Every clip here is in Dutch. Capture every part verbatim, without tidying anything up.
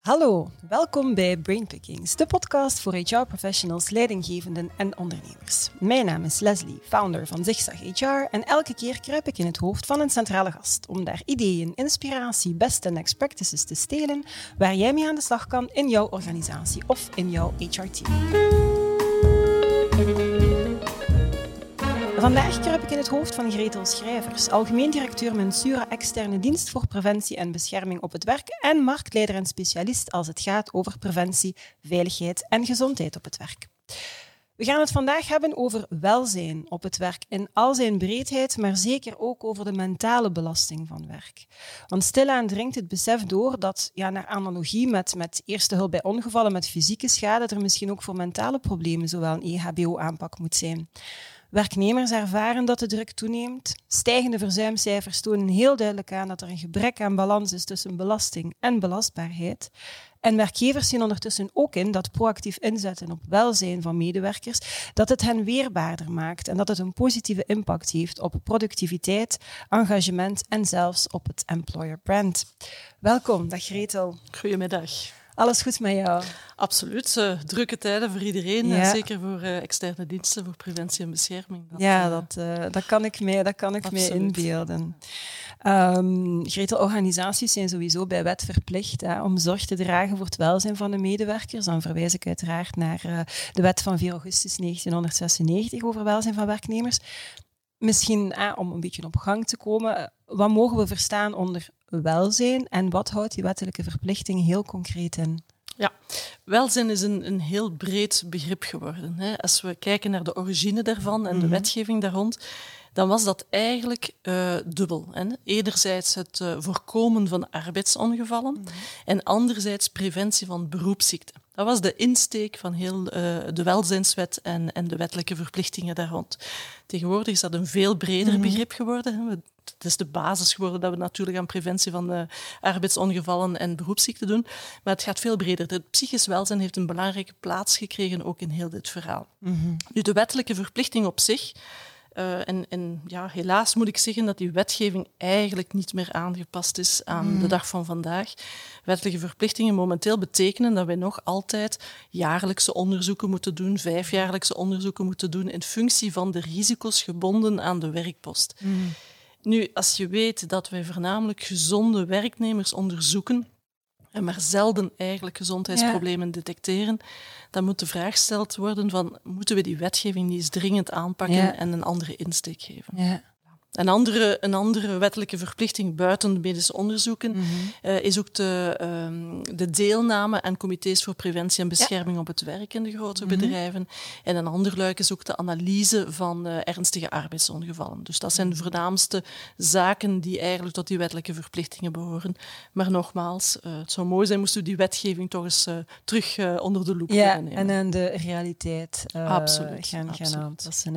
Hallo, welkom bij Brainpickings, de podcast voor H R-professionals, leidinggevenden en ondernemers. Mijn naam is Leslie, founder van Zigzag H R en elke keer kruip ik in het hoofd van een centrale gast om daar ideeën, inspiratie, best en next practices te stelen waar jij mee aan de slag kan in jouw organisatie of in jouw H R-team. Vandaag kruip ik in het hoofd van Gretel Schrijvers, algemeen directeur Mensura Externe Dienst voor Preventie en Bescherming op het Werk en marktleider en specialist als het gaat over preventie, veiligheid en gezondheid op het werk. We gaan het vandaag hebben over welzijn op het werk in al zijn breedheid, maar zeker ook over de mentale belasting van werk. Want stilaan dringt het besef door dat, ja, naar analogie met, met eerste hulp bij ongevallen met fysieke schade, er misschien ook voor mentale problemen zowel een E H B O-aanpak moet zijn. Werknemers ervaren dat de druk toeneemt. Stijgende verzuimcijfers tonen heel duidelijk aan dat er een gebrek aan balans is tussen belasting en belastbaarheid. En werkgevers zien ondertussen ook in dat proactief inzetten op welzijn van medewerkers, dat het hen weerbaarder maakt en dat het een positieve impact heeft op productiviteit, engagement en zelfs op het employer brand. Welkom, dag Gretel. Goedemiddag. Alles goed met jou? Absoluut. Uh, drukke tijden voor iedereen. Ja. En zeker voor uh, externe diensten, voor preventie en bescherming. Dat, ja, uh, dat, uh, dat kan ik mij, dat kan ik mij inbeelden. Um, Gretel, organisaties zijn sowieso bij wet verplicht hè, om zorg te dragen voor het welzijn van de medewerkers. Dan verwijs ik uiteraard naar uh, de wet van vier augustus negentienhonderdzesennegentig over welzijn van werknemers. Misschien eh, om een beetje op gang te komen, wat mogen we verstaan onder welzijn en wat houdt die wettelijke verplichting heel concreet in? Ja, welzijn is een, een heel breed begrip geworden. Hè. Als we kijken naar de origine daarvan en mm-hmm. de wetgeving daar rond, dan was dat eigenlijk uh, dubbel. Hè. Enerzijds het uh, voorkomen van arbeidsongevallen mm-hmm. en anderzijds preventie van beroepsziekten. Dat was de insteek van heel uh, de welzijnswet en, en de wettelijke verplichtingen daar rond. Tegenwoordig is dat een veel breder mm-hmm. begrip geworden. Hè. Het is de basis geworden dat we natuurlijk aan preventie van uh, arbeidsongevallen en beroepsziekten doen. Maar het gaat veel breder. Het psychisch welzijn heeft een belangrijke plaats gekregen, ook in heel dit verhaal. Mm-hmm. Nu, de wettelijke verplichting op zich. Uh, en, en ja, helaas moet ik zeggen dat die wetgeving eigenlijk niet meer aangepast is aan mm. de dag van vandaag. Wettelijke verplichtingen momenteel betekenen dat wij nog altijd jaarlijkse onderzoeken moeten doen, vijfjaarlijkse onderzoeken moeten doen in functie van de risico's gebonden aan de werkpost. Mm. Nu, als je weet dat wij voornamelijk gezonde werknemers onderzoeken en maar zelden eigenlijk gezondheidsproblemen ja. detecteren, dan moet de vraag gesteld worden van, moeten we die wetgeving niet eens dringend aanpakken ja. en een andere insteek geven? Ja. Een andere, een andere wettelijke verplichting buiten de medische onderzoeken mm-hmm. uh, is ook de, um, de deelname aan comité's voor preventie en bescherming ja. op het werk in de grote mm-hmm. bedrijven. En een ander luik is ook de analyse van uh, ernstige arbeidsongevallen. Dus dat zijn de voornaamste zaken die eigenlijk tot die wettelijke verplichtingen behoren. Maar nogmaals, uh, het zou mooi zijn moesten we die wetgeving toch eens uh, terug uh, onder de loep ja, nemen. En aan de realiteit uh, absoluut, gaan, absoluut. gaan aanpassen.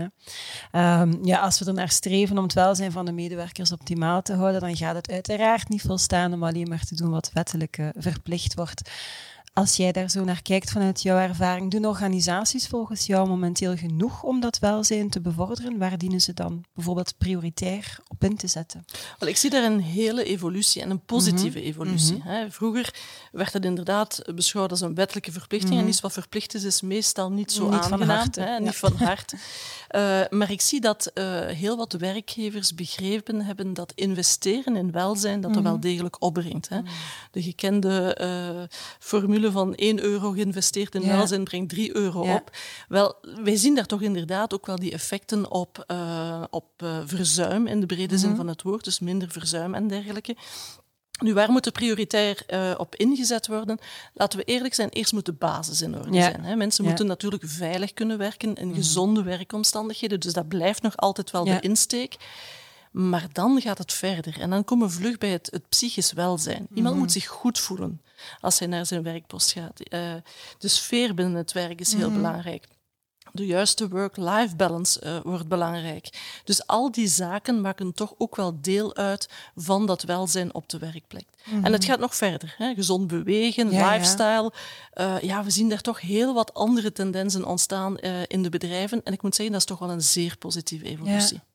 Hè. Um, ja, als we er naar streven om het welzijn van de medewerkers optimaal te houden, dan gaat het uiteraard niet volstaan om alleen maar te doen wat wettelijk uh, verplicht wordt. Als jij daar zo naar kijkt vanuit jouw ervaring, doen organisaties volgens jou momenteel genoeg om dat welzijn te bevorderen? Waar dienen ze dan bijvoorbeeld prioritair op in te zetten? Wel, ik zie daar een hele evolutie en een positieve mm-hmm. evolutie. Mm-hmm. Hè. Vroeger werd het inderdaad beschouwd als een wettelijke verplichting mm-hmm. en iets wat verplicht is, is meestal niet zo niet aangenaam. Van harte, hè, ja. Niet van harte. Uh, maar ik zie dat uh, heel wat werkgevers begrepen hebben dat investeren in welzijn dat er wel degelijk opbrengt. Hè. De gekende uh, formule van één euro geïnvesteerd in ja. welzijn brengt drie euro ja. op. Wel, wij zien daar toch inderdaad ook wel die effecten op, uh, op uh, verzuim in de brede mm-hmm. zin van het woord, dus minder verzuim en dergelijke. Nu, waar moet er prioritair uh, op ingezet worden? Laten we eerlijk zijn, eerst moet de basis in orde ja. zijn. Hè. Mensen ja. moeten natuurlijk veilig kunnen werken in mm. gezonde werkomstandigheden, dus dat blijft nog altijd wel ja. de insteek. Maar dan gaat het verder en dan komen we vlug bij het, het psychisch welzijn. Iemand mm-hmm. moet zich goed voelen als hij naar zijn werkpost gaat. Uh, de sfeer binnen het werk is heel mm-hmm. belangrijk. De juiste work-life balance uh, wordt belangrijk. Dus al die zaken maken toch ook wel deel uit van dat welzijn op de werkplek. Mm-hmm. En het gaat nog verder. Hè? Gezond bewegen, ja, lifestyle. Ja. Uh, ja, we zien daar toch heel wat andere tendensen ontstaan uh, in de bedrijven. En ik moet zeggen, dat is toch wel een zeer positieve evolutie. Ja.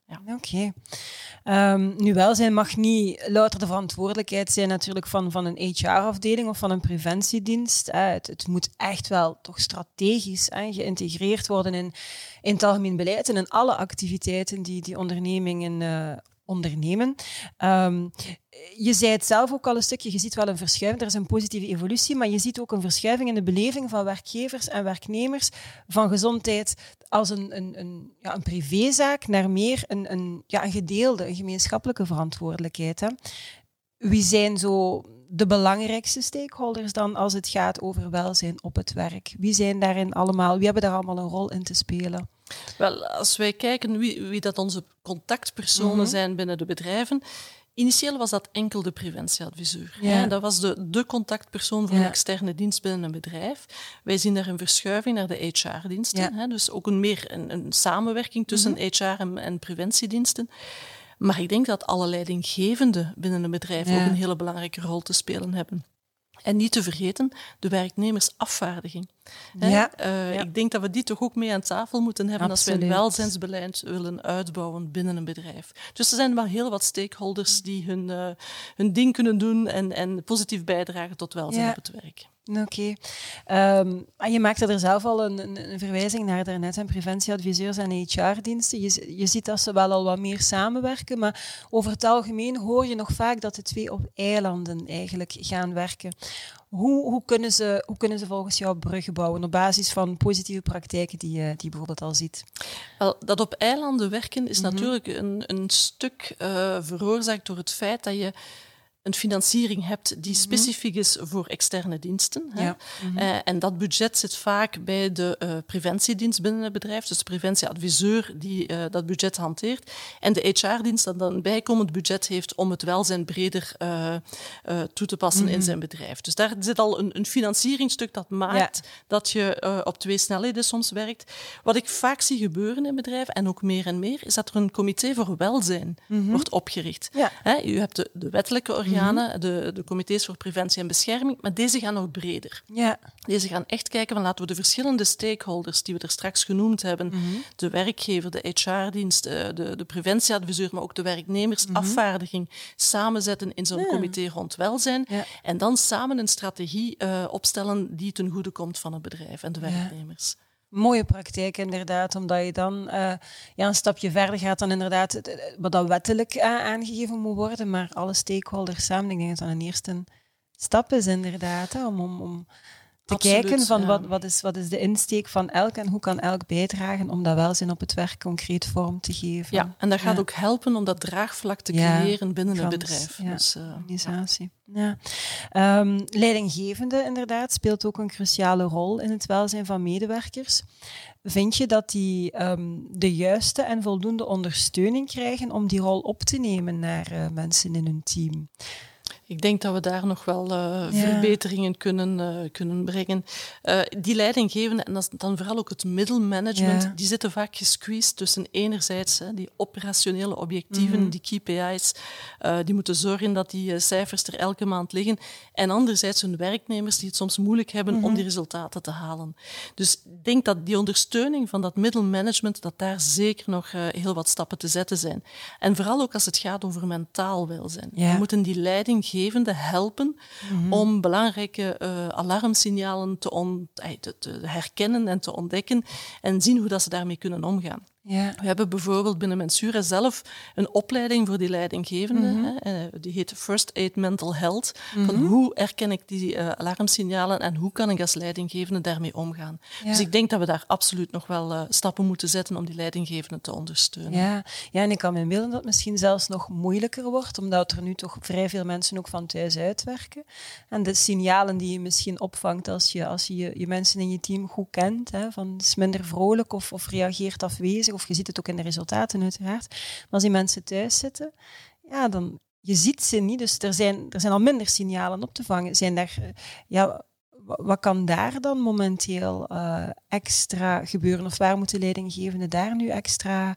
Ja. Oké. Okay. Um, nu, welzijn mag niet louter de verantwoordelijkheid zijn natuurlijk van, van een H R-afdeling of van een preventiedienst. Hè. Het, het moet echt wel toch strategisch hè, geïntegreerd worden in, in het algemeen beleid en in alle activiteiten die die ondernemingen uh, ondernemen. Um, je zei het zelf ook al een stukje, je ziet wel een verschuiving, er is een positieve evolutie, maar je ziet ook een verschuiving in de beleving van werkgevers en werknemers van gezondheid als een, een, een, ja, een privézaak naar meer een, een, ja, een gedeelde, een gemeenschappelijke verantwoordelijkheid. Hè. Wie zijn zo de belangrijkste stakeholders dan als het gaat over welzijn op het werk? Wie zijn daarin allemaal, wie hebben daar allemaal een rol in te spelen? Wel, als wij kijken wie, wie dat onze contactpersonen mm-hmm. zijn binnen de bedrijven, initieel was dat enkel de preventieadviseur. Ja. Ja, dat was de, de contactpersoon voor ja. een externe dienst binnen een bedrijf. Wij zien daar een verschuiving naar de H R-diensten. Ja. Hè, dus ook een meer een, een samenwerking tussen mm-hmm. H R en, en preventiediensten. Maar ik denk dat alle leidinggevenden binnen een bedrijf ja. ook een hele belangrijke rol te spelen hebben. En niet te vergeten, de werknemersafvaardiging. Ja, uh, ja. Ik denk dat we die toch ook mee aan tafel moeten hebben Absoluut. Als we een welzijnsbeleid willen uitbouwen binnen een bedrijf. Dus er zijn wel heel wat stakeholders die hun, uh, hun ding kunnen doen en, en positief bijdragen tot welzijn ja. op het werk. Oké. Okay. Um, je maakte er zelf al een, een, een verwijzing naar daarnet, en preventieadviseurs en H R-diensten. Je, je ziet dat ze wel al wat meer samenwerken, maar over het algemeen hoor je nog vaak dat de twee op eilanden eigenlijk gaan werken. Hoe, hoe, kunnen ze, hoe kunnen ze volgens jou bruggen bouwen op basis van positieve praktijken die je, die je bijvoorbeeld al ziet? Wel, dat op eilanden werken is mm-hmm. natuurlijk een, een stuk uh, veroorzaakt door het feit dat je een financiering hebt die specifiek is voor externe diensten. Hè. Ja. Mm-hmm. Uh, en dat budget zit vaak bij de uh, preventiedienst binnen het bedrijf, dus de preventieadviseur die uh, dat budget hanteert, en de H R-dienst dat dan een bijkomend budget heeft om het welzijn breder uh, uh, toe te passen mm-hmm. in zijn bedrijf. Dus daar zit al een, een financieringstuk dat maakt ja. dat je uh, op twee snelheden soms werkt. Wat ik vaak zie gebeuren in bedrijven, en ook meer en meer, is dat er een comité voor welzijn mm-hmm. wordt opgericht. Ja. Hè, u hebt de, de wettelijke organen, De, de comité's voor preventie en bescherming, maar deze gaan nog breder. Ja. Deze gaan echt kijken van laten we de verschillende stakeholders die we er straks genoemd hebben, mm-hmm. de werkgever, de H R-dienst, de, de preventieadviseur, maar ook de werknemersafvaardiging, mm-hmm. samenzetten in zo'n ja. comité rond welzijn ja. en dan samen een strategie uh, opstellen die ten goede komt van het bedrijf en de werknemers. Ja. Mooie praktijk inderdaad, omdat je dan uh, ja, een stapje verder gaat dan inderdaad wat dat wettelijk uh, aangegeven moet worden, maar alle stakeholders samen. Ik denk dat dat een eerste stap is inderdaad, hè, om, om, om te Absoluut, kijken van ja. wat, wat, is, wat is de insteek van elk en hoe kan elk bijdragen om dat welzijn op het werk concreet vorm te geven. Ja, en dat gaat ja. ook helpen om dat draagvlak te creëren ja, binnen het bedrijf. Ja, dus, uh, organisatie. Ja. Ja. Um, leidinggevende inderdaad speelt ook een cruciale rol in het welzijn van medewerkers. Vind je dat die um, de juiste en voldoende ondersteuning krijgen om die rol op te nemen naar uh, mensen in hun team? Ik denk dat we daar nog wel uh, ja. verbeteringen kunnen, uh, kunnen brengen. Uh, die leidinggevenden, en dat is dan vooral ook het middelmanagement, ja. die zitten vaak gesqueezed tussen enerzijds hè, die operationele objectieven, mm-hmm. die K P I's, uh, die moeten zorgen dat die uh, cijfers er elke maand liggen, en anderzijds hun werknemers die het soms moeilijk hebben mm-hmm. om die resultaten te halen. Dus ik denk dat die ondersteuning van dat middelmanagement, dat daar zeker nog uh, heel wat stappen te zetten zijn. En vooral ook als het gaat over mentaal welzijn. Ja. We moeten die leidinggevenden helpen mm-hmm. om belangrijke uh, alarmsignalen te, on- te, te herkennen en te ontdekken en zien hoe dat ze daarmee kunnen omgaan. Ja. We hebben bijvoorbeeld binnen Mensura zelf een opleiding voor die leidinggevenden. Mm-hmm. Hè, die heet First Aid Mental Health. Mm-hmm. Van hoe herken ik die uh, alarmsignalen en hoe kan ik als leidinggevende daarmee omgaan? Ja. Dus ik denk dat we daar absoluut nog wel uh, stappen moeten zetten om die leidinggevenden te ondersteunen. Ja. Ja, en ik kan me inbeelden dat het misschien zelfs nog moeilijker wordt, omdat er nu toch vrij veel mensen ook van thuis uitwerken. En de signalen die je misschien opvangt als je als je, je mensen in je team goed kent, hè, van is minder vrolijk of, of reageert afwezig, of je ziet het ook in de resultaten uiteraard. Maar als die mensen thuis zitten, ja, dan je ziet ze niet. Dus er zijn, er zijn al minder signalen op te vangen. Zijn daar, ja, wat kan daar dan momenteel uh, extra gebeuren? Of waar moeten leidinggevenden daar nu extra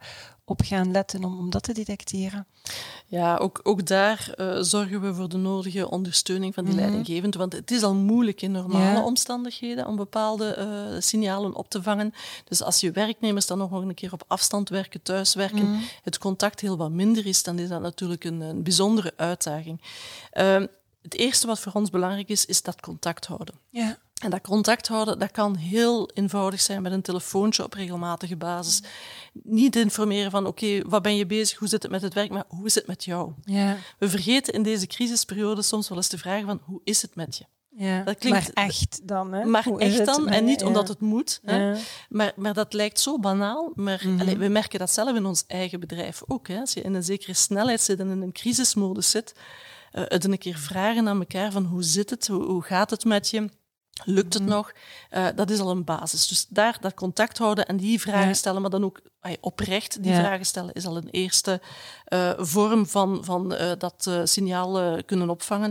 op gaan letten om, om dat te detecteren? Ja, ook, ook daar uh, zorgen we voor de nodige ondersteuning van die mm-hmm. leidinggevende. Want het is al moeilijk in normale ja. omstandigheden om bepaalde uh, signalen op te vangen. Dus als je werknemers dan nog een keer op afstand werken, thuiswerken, mm-hmm. het contact heel wat minder is, dan is dat natuurlijk een, een bijzondere uitdaging. Uh, het eerste wat voor ons belangrijk is, is dat contact houden. Ja. En dat contact houden, dat kan heel eenvoudig zijn met een telefoontje op regelmatige basis. Niet informeren van, oké, okay, wat ben je bezig, hoe zit het met het werk, maar hoe is het met jou? Ja. We vergeten in deze crisisperiode soms wel eens te vragen van, hoe is het met je? Ja, dat klinkt, maar echt dan, hè? Maar hoe echt dan, met, en niet ja. omdat het moet. Hè? Ja. Maar, maar dat lijkt zo banaal. Maar Mm-hmm. allee, we merken dat zelf in ons eigen bedrijf ook. Hè? Als je in een zekere snelheid zit en in een crisismodus zit, uh, het een keer vragen aan elkaar van, hoe zit het, hoe, hoe gaat het met je? Lukt het mm. nog? Uh, dat is al een basis. Dus daar dat contact houden en die vragen ja. stellen, maar dan ook ay, oprecht die ja. vragen stellen, is al een eerste uh, vorm van, van uh, dat uh, signaal uh, kunnen opvangen.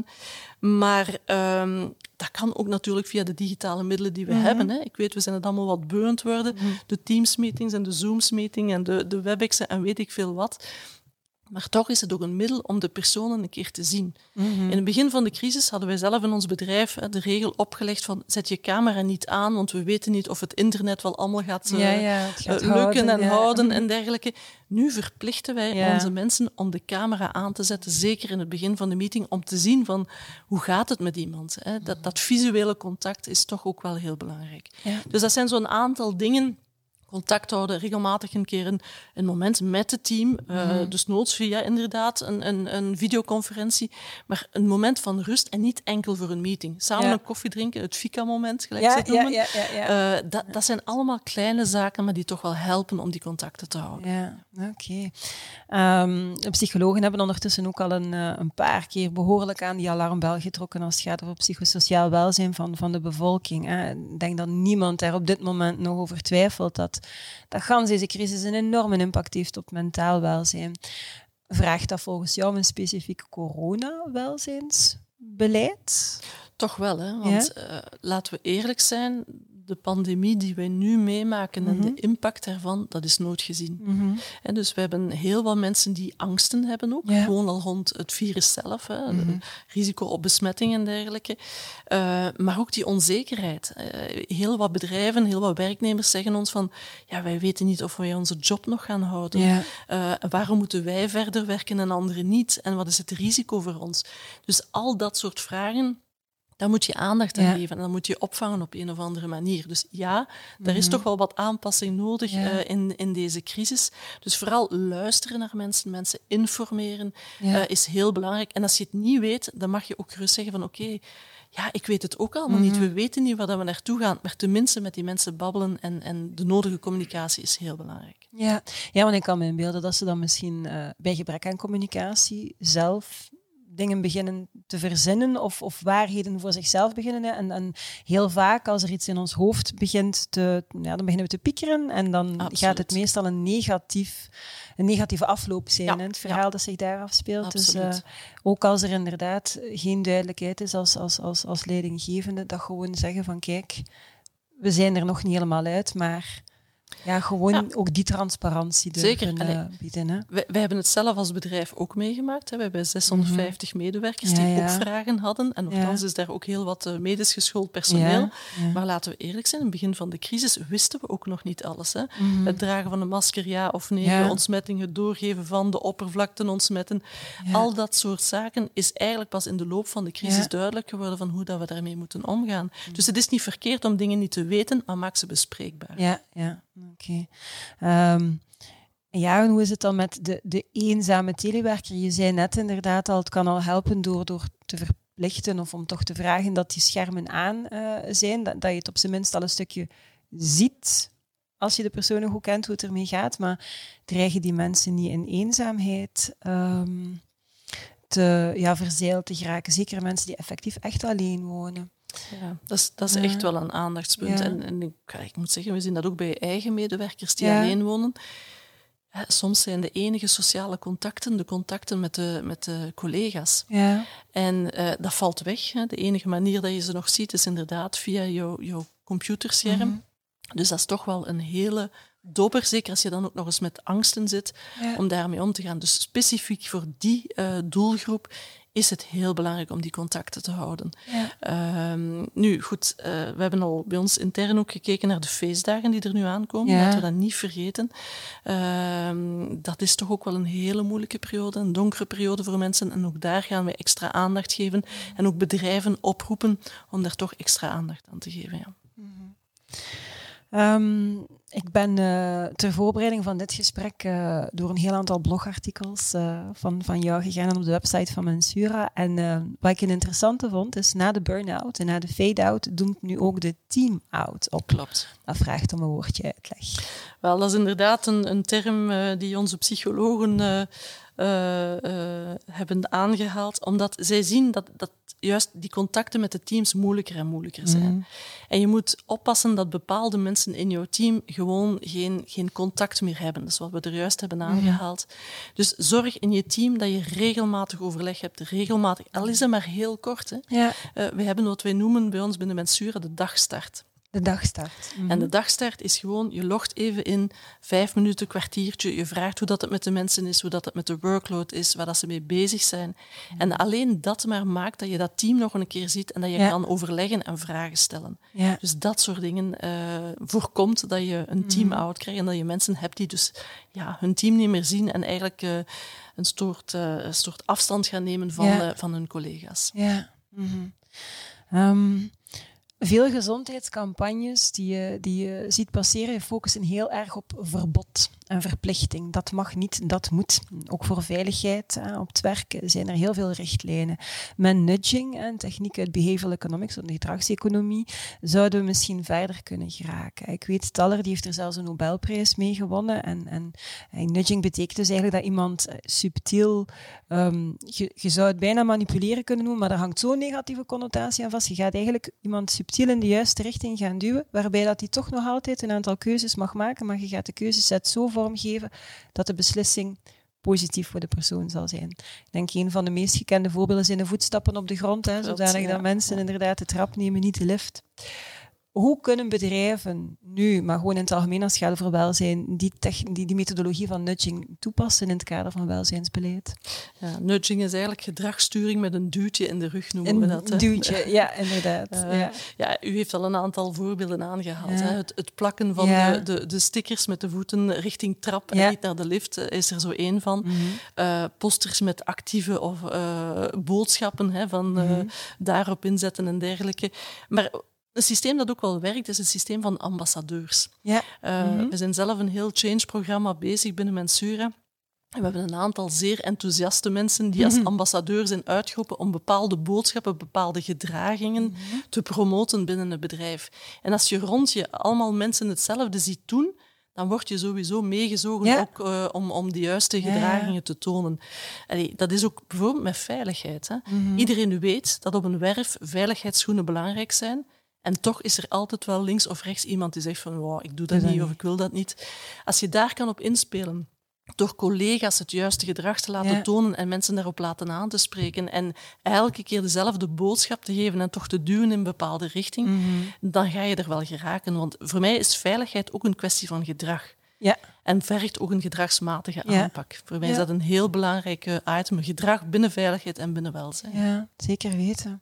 Maar um, dat kan ook natuurlijk via de digitale middelen die we mm-hmm. hebben. Hè. Ik weet, we zijn het allemaal wat beu aan het worden. Mm-hmm. De Teams-meetings en de Zooms-meeting en de, de WebExen en weet ik veel wat. Maar toch is het ook een middel om de personen een keer te zien. Mm-hmm. In het begin van de crisis hadden wij zelf in ons bedrijf hè, de regel opgelegd van zet je camera niet aan, want we weten niet of het internet wel allemaal gaat, uh, ja, ja, het gaat uh, lukken houden, en ja. houden en dergelijke. Nu verplichten wij ja. onze mensen om de camera aan te zetten, zeker in het begin van de meeting, om te zien van hoe gaat het met iemand. Hè? Dat, dat visuele contact is toch ook wel heel belangrijk. Ja. Dus dat zijn zo'n aantal dingen. Contact houden, regelmatig een keer een, een moment met het team. Uh, mm. Dus noods via inderdaad een, een, een videoconferentie. Maar een moment van rust en niet enkel voor een meeting. Samen ja. een koffie drinken, het fika-moment, gelijk ja, ze het noemen. Ja, ja, ja, ja. Uh, dat, dat zijn allemaal kleine zaken, maar die toch wel helpen om die contacten te houden. Ja, oké. Okay. Um, de psychologen hebben ondertussen ook al een, een paar keer behoorlijk aan die alarmbel getrokken als het gaat over psychosociaal welzijn van, van de bevolking. Hè. Ik denk dat niemand daar op dit moment nog over twijfelt dat dat gans deze crisis een enorme impact heeft op mentaal welzijn. Vraagt dat volgens jou een specifiek corona-welzijnsbeleid? Toch wel, hè? Want ja? uh, laten we eerlijk zijn, de pandemie die wij nu meemaken mm-hmm. en de impact daarvan, dat is nooit gezien. Mm-hmm. En dus we hebben heel wat mensen die angsten hebben ook, ja. gewoon al rond het virus zelf, hè, mm-hmm. risico op besmetting en dergelijke. Uh, maar ook die onzekerheid. Uh, heel wat bedrijven, heel wat werknemers zeggen ons van, ja, wij weten niet of wij onze job nog gaan houden. Ja. Uh, waarom moeten wij verder werken en anderen niet? En wat is het risico voor ons? Dus al dat soort vragen, daar moet je aandacht aan ja. geven en dan moet je opvangen op een of andere manier. Dus ja, er mm-hmm. is toch wel wat aanpassing nodig ja. uh, in, in deze crisis. Dus vooral luisteren naar mensen, mensen informeren ja. uh, is heel belangrijk. En als je het niet weet, dan mag je ook gerust zeggen van oké, okay, ja, ik weet het ook allemaal mm-hmm. niet. We weten niet waar we naartoe gaan, maar tenminste met die mensen babbelen en, en de nodige communicatie is heel belangrijk. Ja, ja, want ik kan me inbeelden dat ze dan misschien uh, bij gebrek aan communicatie zelf dingen beginnen te verzinnen of, of waarheden voor zichzelf beginnen. Hè. En, en heel vaak, als er iets in ons hoofd begint te... Ja, dan beginnen we te piekeren en dan Absoluut. gaat het meestal een, negatief, een negatieve afloop zijn. Ja. Hè, het verhaal ja. dat zich daar afspeelt. Absoluut. Dus uh, ook als er inderdaad geen duidelijkheid is als, als, als, als leidinggevende, dat gewoon zeggen van kijk, we zijn er nog niet helemaal uit, maar... Ja, gewoon ja. ook die transparantie durven uh, bieden. Hè? Wij, wij hebben het zelf als bedrijf ook meegemaakt. Hè. We hebben zeshonderdvijftig mm-hmm. medewerkers die ja, ja. ook vragen hadden. En nogthans ja. is daar ook heel wat uh, medisch geschoold personeel. Ja, ja. Maar laten we eerlijk zijn, in het begin van de crisis wisten we ook nog niet alles. Hè. Mm-hmm. Het dragen van een masker, ja of nee, ja. de ontsmetting, het doorgeven van de oppervlakten ontsmetten. Ja. Al dat soort zaken is eigenlijk pas in de loop van de crisis ja. duidelijk geworden van hoe dat we daarmee moeten omgaan. Mm-hmm. Dus het is niet verkeerd om dingen niet te weten, maar maak ze bespreekbaar. Ja, ja. Oké. Okay. Um, ja, en hoe is het dan met de, de eenzame telewerker? Je zei net inderdaad al, het kan al helpen door, door te verplichten of om toch te vragen dat die schermen aan uh, zijn, dat, dat je het op zijn minst al een stukje ziet als je de personen goed kent, hoe het ermee gaat. Maar dreigen die mensen niet in eenzaamheid um, te, ja, verzeild te geraken? Zeker mensen die effectief echt alleen wonen. Ja, dat is, dat is ja. echt wel een aandachtspunt. Ja. En, en ik, ik moet zeggen, we zien dat ook bij eigen medewerkers die ja. alleen wonen. Ja, soms zijn de enige sociale contacten de contacten met de, met de collega's. Ja. En uh, dat valt weg. Hè. De enige manier dat je ze nog ziet is inderdaad via jou, jouw computerscherm. Mm-hmm. Dus dat is toch wel een hele doper, zeker als je dan ook nog eens met angsten zit, ja. om daarmee om te gaan. Dus specifiek voor die uh, doelgroep is het heel belangrijk om die contacten te houden. Ja. Uh, nu, goed, uh, we hebben al bij ons intern ook gekeken naar de feestdagen die er nu aankomen. Ja. Laten we dat niet vergeten. Uh, dat is toch ook wel een hele moeilijke periode, een donkere periode voor mensen. En ook daar gaan we extra aandacht geven. En ook bedrijven oproepen om daar toch extra aandacht aan te geven. Ja. Mm-hmm. Um, ik ben uh, ter voorbereiding van dit gesprek uh, door een heel aantal blogartikels uh, van, van jou gegaan op de website van Mensura. En uh, wat ik een interessante vond, is na de burn-out en na de fade-out doemt nu ook de team-out op. Klopt. Dat vraagt om een woordje uitleg. Wel, dat is inderdaad een, een term uh, die onze psychologen uh, uh, uh, hebben aangehaald, omdat zij zien dat, dat juist die contacten met de teams moeilijker en moeilijker zijn. Mm. En je moet oppassen dat bepaalde mensen in jouw team gewoon geen, geen contact meer hebben. Dat is wat we er juist hebben aangehaald. Mm. Dus zorg in je team dat je regelmatig overleg hebt. Regelmatig, al is het maar heel kort. Hè. Ja. Uh, we hebben wat wij noemen bij ons binnen Mensura de dagstart. De dagstart. Mm-hmm. En de dagstart is gewoon, je logt even in, vijf minuten, kwartiertje, je vraagt hoe dat het met de mensen is, hoe dat het met de workload is, waar dat ze mee bezig zijn. Mm-hmm. En alleen dat maar maakt dat je dat team nog een keer ziet en dat je ja. kan overleggen en vragen stellen. Ja. Dus dat soort dingen uh, voorkomt dat je een team mm-hmm. out krijgt en dat je mensen hebt die dus ja, hun team niet meer zien en eigenlijk uh, een, soort, uh, een soort afstand gaan nemen van, ja. uh, van hun collega's. Ja. Mm-hmm. Um... Veel gezondheidscampagnes die je, die je ziet passeren focussen heel erg op verbod en verplichting. Dat mag niet, dat moet. Ook voor veiligheid hè, op het werk zijn er heel veel richtlijnen. Met nudging en technieken uit behavioral economics, de gedragseconomie, zouden we misschien verder kunnen geraken. Ik weet, Thaler die heeft er zelfs een Nobelprijs mee gewonnen. En, en, en nudging betekent dus eigenlijk dat iemand subtiel, um, je, je zou het bijna manipuleren kunnen noemen, maar er hangt zo'n negatieve connotatie aan vast. Je gaat eigenlijk iemand subtiel in de juiste richting gaan duwen, waarbij dat hij toch nog altijd een aantal keuzes mag maken, maar je gaat de keuzeset zo vormgeven dat de beslissing positief voor de persoon zal zijn. Ik denk een van de meest gekende voorbeelden zijn de voetstappen op de grond, hè, zodanig ja. dat mensen inderdaad de trap nemen, niet de lift. Hoe kunnen bedrijven nu, maar gewoon in het algemeen als het gaat over welzijn, die, techn- die, die methodologie van nudging toepassen in het kader van welzijnsbeleid? Ja, nudging is eigenlijk gedragssturing met een duwtje in de rug, noemen een we dat. Een duwtje, ja, inderdaad. Uh, ja. ja, u heeft al een aantal voorbeelden aangehaald. Ja. Hè? Het, het plakken van ja. de, de, de stickers met de voeten richting trap en ja. niet naar de lift is er zo één van. Mm-hmm. Uh, posters met actieve of uh, boodschappen hè, van mm-hmm. uh, daarop inzetten en dergelijke. Maar een systeem dat ook wel werkt, is het systeem van ambassadeurs. Ja. Uh, mm-hmm. We zijn zelf een heel change-programma bezig binnen Mensura. En we hebben een aantal zeer enthousiaste mensen die als mm-hmm. ambassadeur zijn uitgeroepen om bepaalde boodschappen, bepaalde gedragingen mm-hmm. te promoten binnen het bedrijf. En als je rond je allemaal mensen hetzelfde ziet doen, dan word je sowieso meegezogen ja. ook, uh, om, om de juiste gedragingen ja. te tonen. Allee, dat is ook bijvoorbeeld met veiligheid. Hè. Mm-hmm. Iedereen weet dat op een werf veiligheidsschoenen belangrijk zijn. En toch is er altijd wel links of rechts iemand die zegt van wow, ik doe dat, dat niet of ik wil dat niet. Als je daar kan op inspelen, door collega's het juiste gedrag te laten ja. tonen en mensen daarop laten aan te spreken en elke keer dezelfde boodschap te geven en toch te duwen in een bepaalde richting, mm-hmm. dan ga je er wel geraken. Want voor mij is veiligheid ook een kwestie van gedrag. Ja. En vergt ook een gedragsmatige ja. aanpak. Voor mij ja. is dat een heel belangrijk item. Gedrag binnen veiligheid en binnen welzijn. Ja, zeker weten.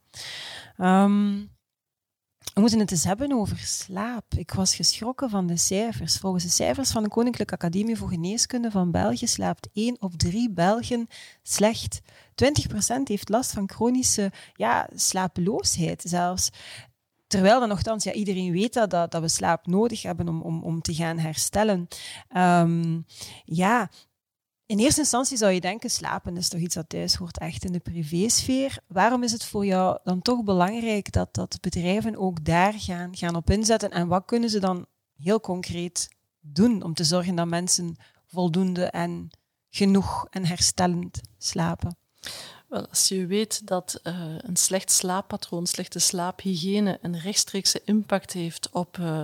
Um... We moeten het eens hebben over slaap. Ik was geschrokken van de cijfers. Volgens de cijfers van de Koninklijke Academie voor Geneeskunde van België slaapt één op drie Belgen slecht. twintig procent heeft last van chronische ja, slapeloosheid zelfs. Terwijl dan nogthans, ja, iedereen weet dat, dat, dat we slaap nodig hebben om, om, om te gaan herstellen. Um, ja... In eerste instantie zou je denken, slapen is toch iets dat thuis hoort echt in de privésfeer. Waarom is het voor jou dan toch belangrijk dat, dat bedrijven ook daar gaan, gaan op inzetten? En wat kunnen ze dan heel concreet doen om te zorgen dat mensen voldoende en genoeg en herstellend slapen? Wel, als je weet dat uh, een slecht slaappatroon, slechte slaaphygiëne een rechtstreekse impact heeft op uh,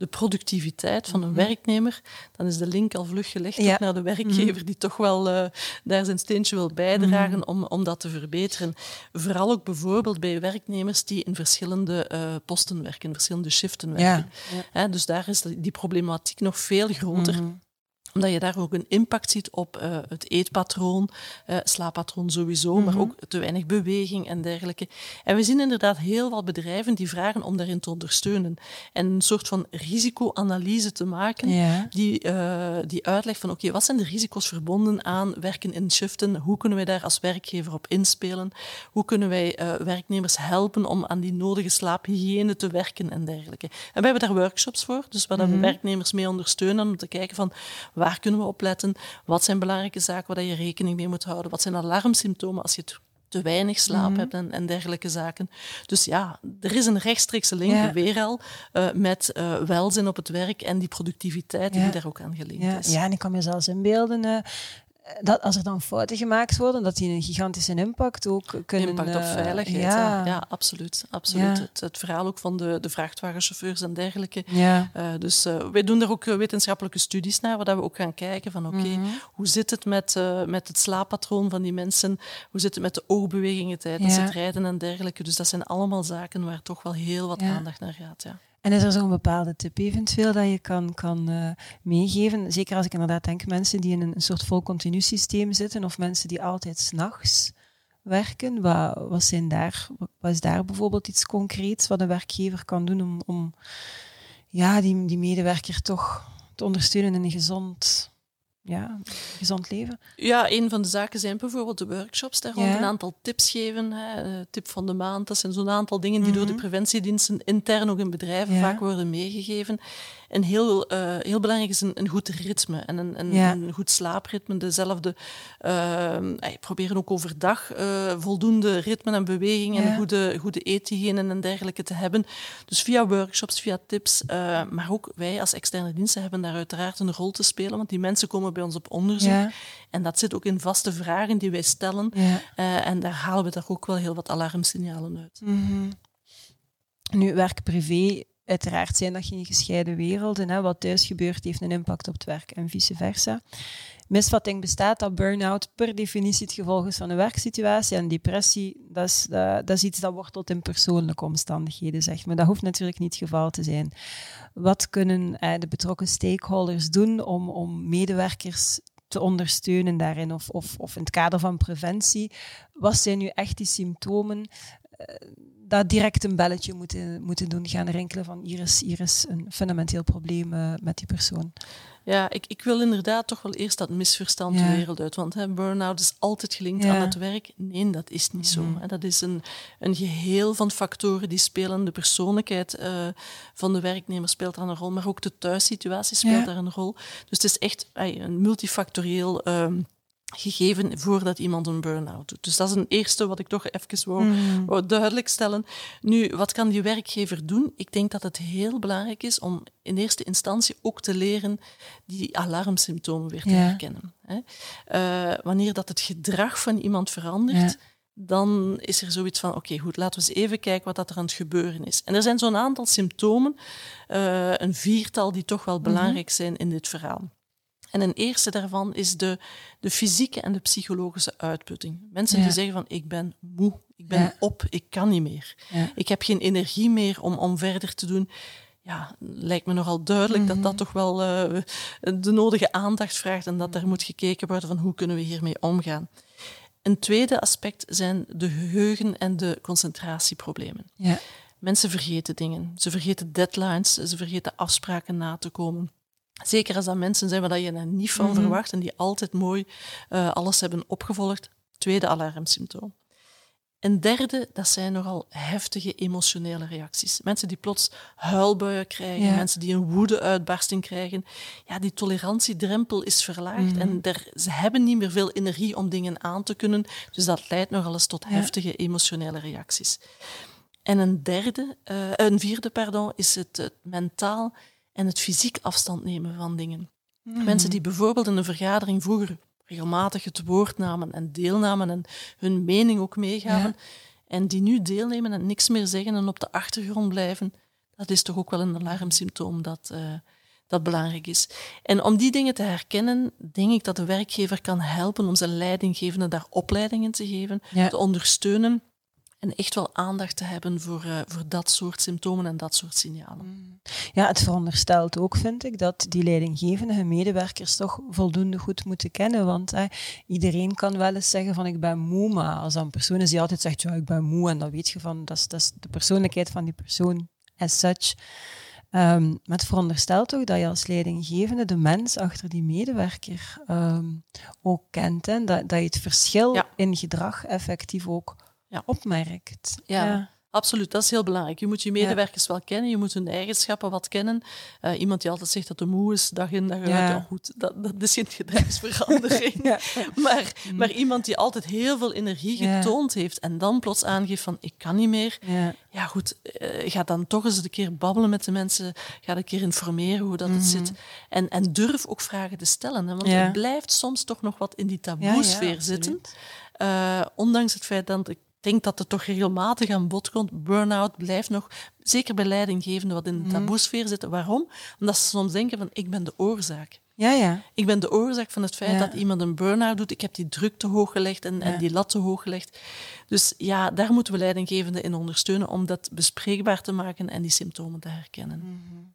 de productiviteit van een Mm-hmm. werknemer, dan is de link al vlug gelegd Ja. ook naar de werkgever Mm-hmm. die toch wel uh, daar zijn steentje wil bijdragen Mm-hmm. om, om dat te verbeteren. Vooral ook bijvoorbeeld bij werknemers die in verschillende uh, posten werken, in verschillende shiften werken. Ja. Ja. He, dus daar is die problematiek nog veel groter. Mm-hmm. Omdat je daar ook een impact ziet op uh, het eetpatroon, uh, slaappatroon sowieso, mm-hmm. maar ook te weinig beweging en dergelijke. En we zien inderdaad heel wat bedrijven die vragen om daarin te ondersteunen. En een soort van risicoanalyse te maken, ja. die, uh, die uitlegt van oké, okay, wat zijn de risico's verbonden aan werken in shiften? Hoe kunnen wij daar als werkgever op inspelen? Hoe kunnen wij uh, werknemers helpen om aan die nodige slaaphygiëne te werken en dergelijke? En we hebben daar workshops voor, dus waar mm-hmm. we werknemers mee ondersteunen om te kijken van waar kunnen we op letten? Wat zijn belangrijke zaken waar je rekening mee moet houden? Wat zijn alarmsymptomen als je te weinig slaap mm-hmm. hebt en, en dergelijke zaken? Dus ja, er is een rechtstreekse link ja. weer al uh, met uh, welzijn op het werk en die productiviteit ja. die daar ook aan gelinkt ja. is. Ja, en ik kan me zelfs inbeelden uh, dat als er dan fouten gemaakt worden, dat die een gigantische impact ook kunnen... Impact op veiligheid, ja. ja, ja absoluut. absoluut. Ja. Het, het verhaal ook van de, de vrachtwagenchauffeurs en dergelijke. Ja. Uh, dus uh, wij doen daar ook wetenschappelijke studies naar, waar we ook gaan kijken van oké, okay, mm-hmm. hoe zit het met, uh, met het slaappatroon van die mensen? Hoe zit het met de oogbewegingen tijdens ja. het rijden en dergelijke? Dus dat zijn allemaal zaken waar toch wel heel wat ja. aandacht naar gaat, ja. En is er zo'n bepaalde tip eventueel dat je kan, kan uh, meegeven? Zeker als ik inderdaad denk mensen die in een, een soort vol continu systeem zitten of mensen die altijd 's nachts werken. Wat, wat, zijn daar, wat is daar bijvoorbeeld iets concreets wat een werkgever kan doen om, om ja, die, die medewerker toch te ondersteunen in een gezond... Ja, gezond leven. Ja, een van de zaken zijn bijvoorbeeld de workshops. Daar rond ja. een aantal tips geven. Hè. Tip van de maand, dat zijn zo'n aantal dingen die mm-hmm. door de preventiediensten intern ook in bedrijven ja. vaak worden meegegeven. En heel, uh, heel belangrijk is een, een goed ritme en een, een, ja. een goed slaapritme. Dezelfde, uh, proberen ook overdag uh, voldoende ritme en beweging ja. en goede, goede eethygiëne en dergelijke te hebben. Dus via workshops, via tips. Uh, maar ook wij als externe diensten hebben daar uiteraard een rol te spelen, want die mensen komen bij ons op onderzoek. Ja. En dat zit ook in vaste vragen die wij stellen. Ja. Uh, en daar halen we daar ook wel heel wat alarmsignalen uit. Mm-hmm. Nu, werk-privé... Uiteraard zijn dat geen gescheiden werelden. Hè. Wat thuis gebeurt, heeft een impact op het werk en vice versa. Misvatting bestaat dat burn-out per definitie het gevolg is van een werksituatie. En depressie, dat is, dat, dat is iets dat wortelt in persoonlijke omstandigheden, zeg maar. Dat hoeft natuurlijk niet het geval te zijn. Wat kunnen eh, de betrokken stakeholders doen om, om medewerkers te ondersteunen daarin? Of, of, of in het kader van preventie, wat zijn nu echt die symptomen... Uh, dat direct een belletje moeten, moeten doen, gaan rinkelen van hier is, hier is een fundamenteel probleem uh, met die persoon. Ja, ik, ik wil inderdaad toch wel eerst dat misverstand ja. de wereld uit. Want hè, burn-out is altijd gelinkt ja. aan het werk. Nee, dat is niet mm-hmm. zo. Hè. Dat is een, een geheel van factoren die spelen. De persoonlijkheid uh, van de werknemer speelt daar een rol, maar ook de thuissituatie speelt ja. daar een rol. Dus het is echt ay, een multifactorieel... Um, gegeven voordat iemand een burn-out doet. Dus dat is een eerste wat ik toch even wou, mm. wou duidelijk stellen. Nu, wat kan die werkgever doen? Ik denk dat het heel belangrijk is om in eerste instantie ook te leren die alarmsymptomen weer te ja. herkennen. Hè? Uh, wanneer dat het gedrag van iemand verandert, ja. dan is er zoiets van, oké, okay, goed, laten we eens even kijken wat dat er aan het gebeuren is. En er zijn zo'n aantal symptomen, uh, een viertal die toch wel mm-hmm. belangrijk zijn in dit verhaal. En een eerste daarvan is de, de fysieke en de psychologische uitputting. Mensen ja. die zeggen van, ik ben moe, ik ben ja. op, ik kan niet meer. Ja. Ik heb geen energie meer om, om verder te doen. Ja, lijkt me nogal duidelijk mm-hmm. dat dat toch wel uh, de nodige aandacht vraagt en dat er moet gekeken worden van hoe kunnen we hiermee omgaan. Een tweede aspect zijn de geheugen- en de concentratieproblemen. Ja. Mensen vergeten dingen. Ze vergeten deadlines, ze vergeten afspraken na te komen. Zeker als dat mensen zijn waar je er niet van mm-hmm. verwacht en die altijd mooi uh, alles hebben opgevolgd. Tweede alarmsymptoom. Een derde, dat zijn nogal heftige emotionele reacties. Mensen die plots huilbuien krijgen, ja. mensen die een woede-uitbarsting krijgen. Ja, die tolerantiedrempel is verlaagd mm-hmm. en der, ze hebben niet meer veel energie om dingen aan te kunnen. Dus dat leidt nogal eens tot ja. heftige emotionele reacties. En een derde, uh, een vierde, pardon, is het, het mentaal en het fysiek afstand nemen van dingen. Mm. Mensen die bijvoorbeeld in een vergadering vroeger regelmatig het woord namen en deelnamen en hun mening ook meegaven, ja. en die nu deelnemen en niks meer zeggen en op de achtergrond blijven, dat dat is toch ook wel een alarmsymptoom dat, uh, dat belangrijk is. En om die dingen te herkennen, denk ik dat de werkgever kan helpen om zijn leidinggevende daar opleidingen te geven, ja. te ondersteunen en echt wel aandacht te hebben voor, uh, voor dat soort symptomen en dat soort signalen. Ja, het veronderstelt ook, vind ik, dat die leidinggevende hun medewerkers toch voldoende goed moeten kennen. Want eh, iedereen kan wel eens zeggen van ik ben moe, maar als dat een persoon is die altijd zegt ja, ik ben moe, en dan weet je van, dat is, dat is de persoonlijkheid van die persoon as such. Um, maar het veronderstelt toch dat je als leidinggevende de mens achter die medewerker um, ook kent. Hè? Dat, dat je het verschil ja. in gedrag effectief ook ja. opmerkt. Ja. ja. Absoluut, dat is heel belangrijk. Je moet je medewerkers ja. wel kennen, je moet hun eigenschappen wat kennen. Uh, iemand die altijd zegt dat hij moe is, dag in dag uit, ja. ja goed, dat, dat is geen gedragsverandering. ja. maar, mm. maar iemand die altijd heel veel energie getoond ja. heeft en dan plots aangeeft van ik kan niet meer. Ja, ja goed, uh, ga dan toch eens een keer babbelen met de mensen, ga een keer informeren hoe dat mm-hmm. het zit. En, en durf ook vragen te stellen, hè, want ja. het blijft soms toch nog wat in die taboesfeer ja, ja, zitten. Uh, ondanks het feit dat ik Ik denk dat het toch regelmatig aan bod komt. Burn-out blijft nog, zeker bij leidinggevenden, wat in de taboesfeer zitten. Waarom? Omdat ze soms denken van, ik ben de oorzaak. Ja, ja. Ik ben de oorzaak van het feit ja. dat iemand een burn-out doet. Ik heb die druk te hoog gelegd en, ja. en die lat te hoog gelegd. Dus ja, daar moeten we leidinggevenden in ondersteunen om dat bespreekbaar te maken en die symptomen te herkennen. Mm-hmm.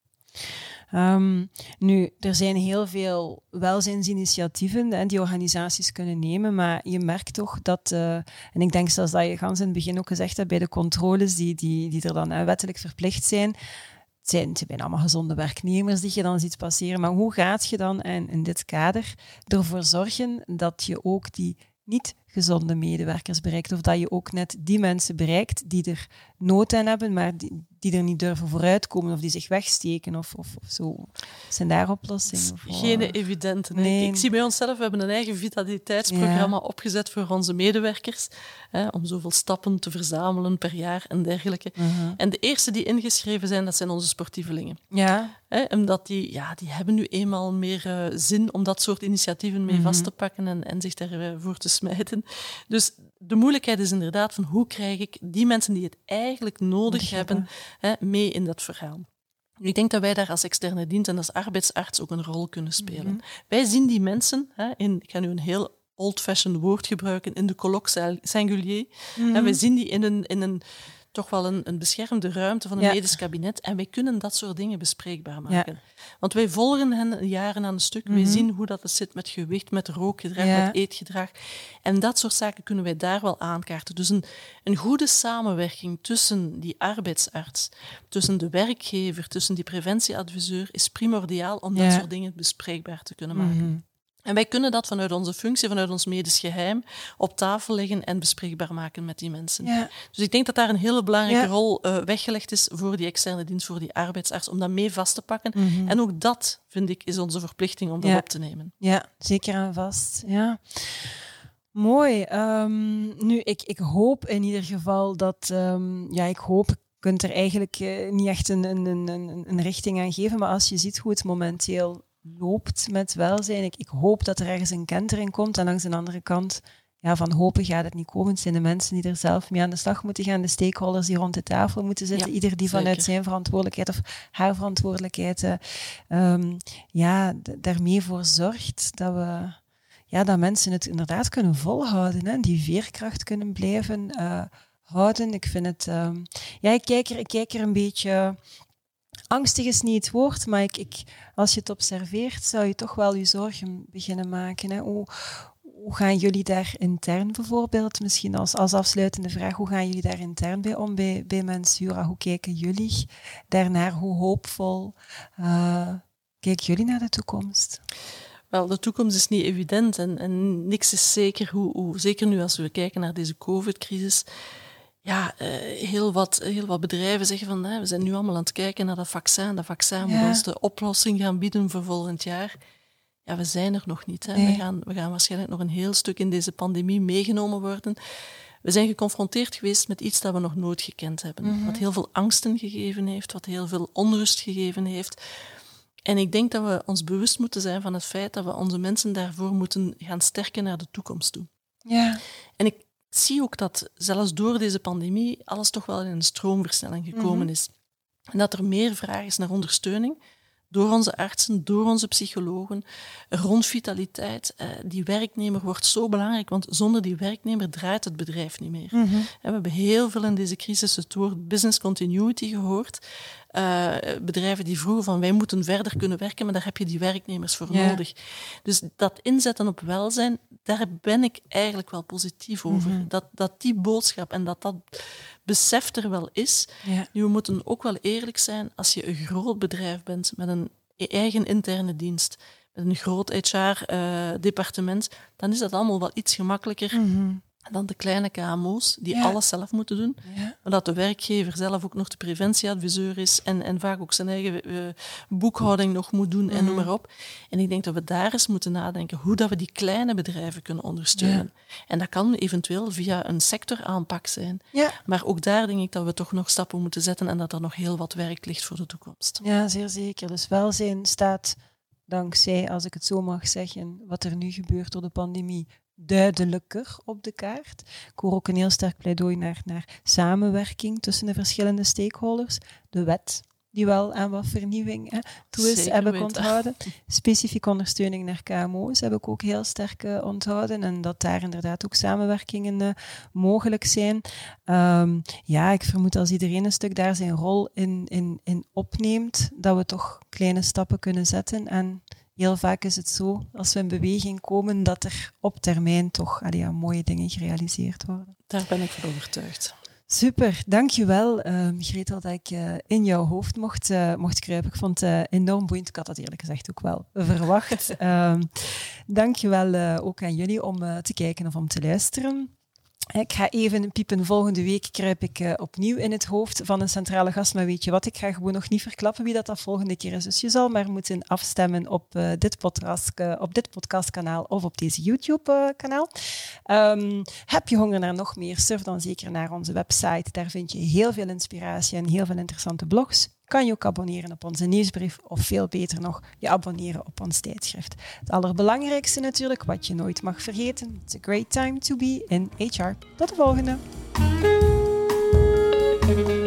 Um, nu, er zijn heel veel welzijnsinitiatieven hè, die organisaties kunnen nemen, maar je merkt toch dat, uh, en ik denk zelfs dat je gans in het begin ook gezegd hebt, bij de controles die, die, die er dan uh, wettelijk verplicht zijn, het zijn, het zijn bijna allemaal gezonde werknemers die je dan ziet passeren, maar hoe gaat je dan in, in dit kader ervoor zorgen dat je ook die niet gezonde medewerkers bereikt, of dat je ook net die mensen bereikt die er nood aan hebben, maar die, die er niet durven vooruitkomen of die zich wegsteken of, of, of zo. Zijn daar oplossingen voor? Geen evidente. Nee. Ik, ik zie bij onszelf, we hebben een eigen vitaliteitsprogramma ja. opgezet voor onze medewerkers, hè, om zoveel stappen te verzamelen per jaar en dergelijke. Uh-huh. En de eerste die ingeschreven zijn, dat zijn onze sportievelingen. Ja. Hè, omdat die, ja, die hebben nu eenmaal meer uh, zin om dat soort initiatieven mee uh-huh. vast te pakken en, en zich daarvoor te smijten. Dus de moeilijkheid is inderdaad van hoe krijg ik die mensen die het eigenlijk nodig hebben, hè, mee in dat verhaal. Ik denk dat wij daar als externe dienst en als arbeidsarts ook een rol kunnen spelen. Mm-hmm. Wij zien die mensen, hè, in, ik ga nu een heel old-fashioned woord gebruiken, in de colloque singulier. Mm-hmm. En wij zien die in een, in een toch wel een, een beschermde ruimte van een ja. medisch kabinet. En wij kunnen dat soort dingen bespreekbaar maken. Ja. Want wij volgen hen jaren aan een stuk. Mm-hmm. Wij zien hoe dat zit met gewicht, met rookgedrag, ja. met eetgedrag. En dat soort zaken kunnen wij daar wel aankaarten. Dus een, een goede samenwerking tussen die arbeidsarts, tussen de werkgever, tussen die preventieadviseur is primordiaal om ja. dat soort dingen bespreekbaar te kunnen maken. Mm-hmm. En wij kunnen dat vanuit onze functie, vanuit ons medisch geheim, op tafel leggen en bespreekbaar maken met die mensen. Ja. Dus ik denk dat daar een hele belangrijke ja. rol uh, weggelegd is voor die externe dienst, voor die arbeidsarts, om dat mee vast te pakken. Mm-hmm. En ook dat, vind ik, is onze verplichting om dat ja. op te nemen. Ja, zeker en vast. Ja. Mooi. Um, nu, ik, ik hoop in ieder geval dat... Um, ja, ik hoop... Je kunt er eigenlijk uh, niet echt een, een, een, een richting aan geven, maar als je ziet hoe het momenteel loopt met welzijn. Ik, ik hoop dat er ergens een kentering komt. En langs de andere kant, ja, van hopen gaat het niet komen. Het zijn de mensen die er zelf mee aan de slag moeten gaan. De stakeholders die rond de tafel moeten zitten. Ja, ieder die zeker. Vanuit zijn verantwoordelijkheid of haar verantwoordelijkheid uh, um, ja, d- daarmee voor zorgt dat we... Ja, dat mensen het inderdaad kunnen volhouden. Hè? Die veerkracht kunnen blijven uh, houden. Ik vind het... Um, ja, ik kijk, er, ik kijk er een beetje... Angstig is niet het woord, maar ik, ik, als je het observeert, zou je toch wel je zorgen beginnen maken. Hè? Hoe, hoe gaan jullie daar intern bijvoorbeeld, misschien als, als afsluitende vraag, hoe gaan jullie daar intern bij om bij, bij Mensura? Hoe kijken jullie daarnaar? Hoe hoopvol uh, kijken jullie naar de toekomst? Wel, de toekomst is niet evident en, en niks is zeker, hoe, hoe, zeker nu als we kijken naar deze COVID-crisis. Ja, uh, heel, wat, heel wat bedrijven zeggen van, hè, we zijn nu allemaal aan het kijken naar dat vaccin. Dat vaccin ja. moet ons de oplossing gaan bieden voor volgend jaar. Ja, we zijn er nog niet. Hè. Nee. We, gaan, we gaan waarschijnlijk nog een heel stuk in deze pandemie meegenomen worden. We zijn geconfronteerd geweest met iets dat we nog nooit gekend hebben. Mm-hmm. Wat heel veel angsten gegeven heeft, wat heel veel onrust gegeven heeft. En ik denk dat we ons bewust moeten zijn van het feit dat we onze mensen daarvoor moeten gaan sterken naar de toekomst toe. Ja. En ik zie ook dat zelfs door deze pandemie alles toch wel in een stroomversnelling gekomen mm-hmm. is. En dat er meer vraag is naar ondersteuning door onze artsen, door onze psychologen, rond vitaliteit. Uh, die werknemer wordt zo belangrijk, want zonder die werknemer draait het bedrijf niet meer. Mm-hmm. We hebben heel veel in deze crisis het woord business continuity gehoord. Uh, bedrijven die vroegen van wij moeten verder kunnen werken, maar daar heb je die werknemers voor yeah. nodig. Dus dat inzetten op welzijn, daar ben ik eigenlijk wel positief over. Mm-hmm. Dat, dat die boodschap en dat dat besef er wel is. Yeah. Nu, we moeten ook wel eerlijk zijn, als je een groot bedrijf bent met een eigen interne dienst, met een groot H R-departement, uh, dan is dat allemaal wel iets gemakkelijker mm-hmm. dan de kleine K M O's die ja. alles zelf moeten doen. Ja. Maar dat de werkgever zelf ook nog de preventieadviseur is en, en vaak ook zijn eigen uh, boekhouding nog moet doen en mm. noem maar op. En ik denk dat we daar eens moeten nadenken hoe dat we die kleine bedrijven kunnen ondersteunen. Ja. En dat kan eventueel via een sectoraanpak zijn. Ja. Maar ook daar denk ik dat we toch nog stappen moeten zetten en dat er nog heel wat werk ligt voor de toekomst. Ja, zeer zeker. Dus welzijn staat dankzij, als ik het zo mag zeggen, wat er nu gebeurt door de pandemie, duidelijker op de kaart. Ik hoor ook een heel sterk pleidooi naar, naar samenwerking tussen de verschillende stakeholders. De wet, die wel aan wat vernieuwing hè, toe is, heb ik onthouden. Specifieke ondersteuning naar K M O's heb ik ook heel sterk uh, onthouden. En dat daar inderdaad ook samenwerkingen uh, mogelijk zijn. Um, ja, ik vermoed als iedereen een stuk daar zijn rol in, in, in opneemt, dat we toch kleine stappen kunnen zetten. En heel vaak is het zo, als we in beweging komen, dat er op termijn toch allee, ja, mooie dingen gerealiseerd worden. Daar ben ik van overtuigd. Super, dankjewel uh, Gretel dat ik uh, in jouw hoofd mocht, uh, mocht kruipen. Ik vond het uh, enorm boeiend. Ik had dat eerlijk gezegd ook wel verwacht. uh, dankjewel uh, ook aan jullie om uh, te kijken of om te luisteren. Ik ga even piepen. Volgende week kruip ik uh, opnieuw in het hoofd van een centrale gast. Maar weet je wat, ik ga gewoon nog niet verklappen wie dat, dat volgende keer is. Dus je zal maar moeten afstemmen op, uh, dit, podcast, uh, op dit podcastkanaal of op deze YouTube-kanaal. Uh, um, heb je honger naar nog meer? Surf dan zeker naar onze website. Daar vind je heel veel inspiratie en heel veel interessante blogs. Kan je ook abonneren op onze nieuwsbrief of veel beter nog, je abonneren op ons tijdschrift. Het allerbelangrijkste natuurlijk, wat je nooit mag vergeten. It's a great time to be in H R. Tot de volgende!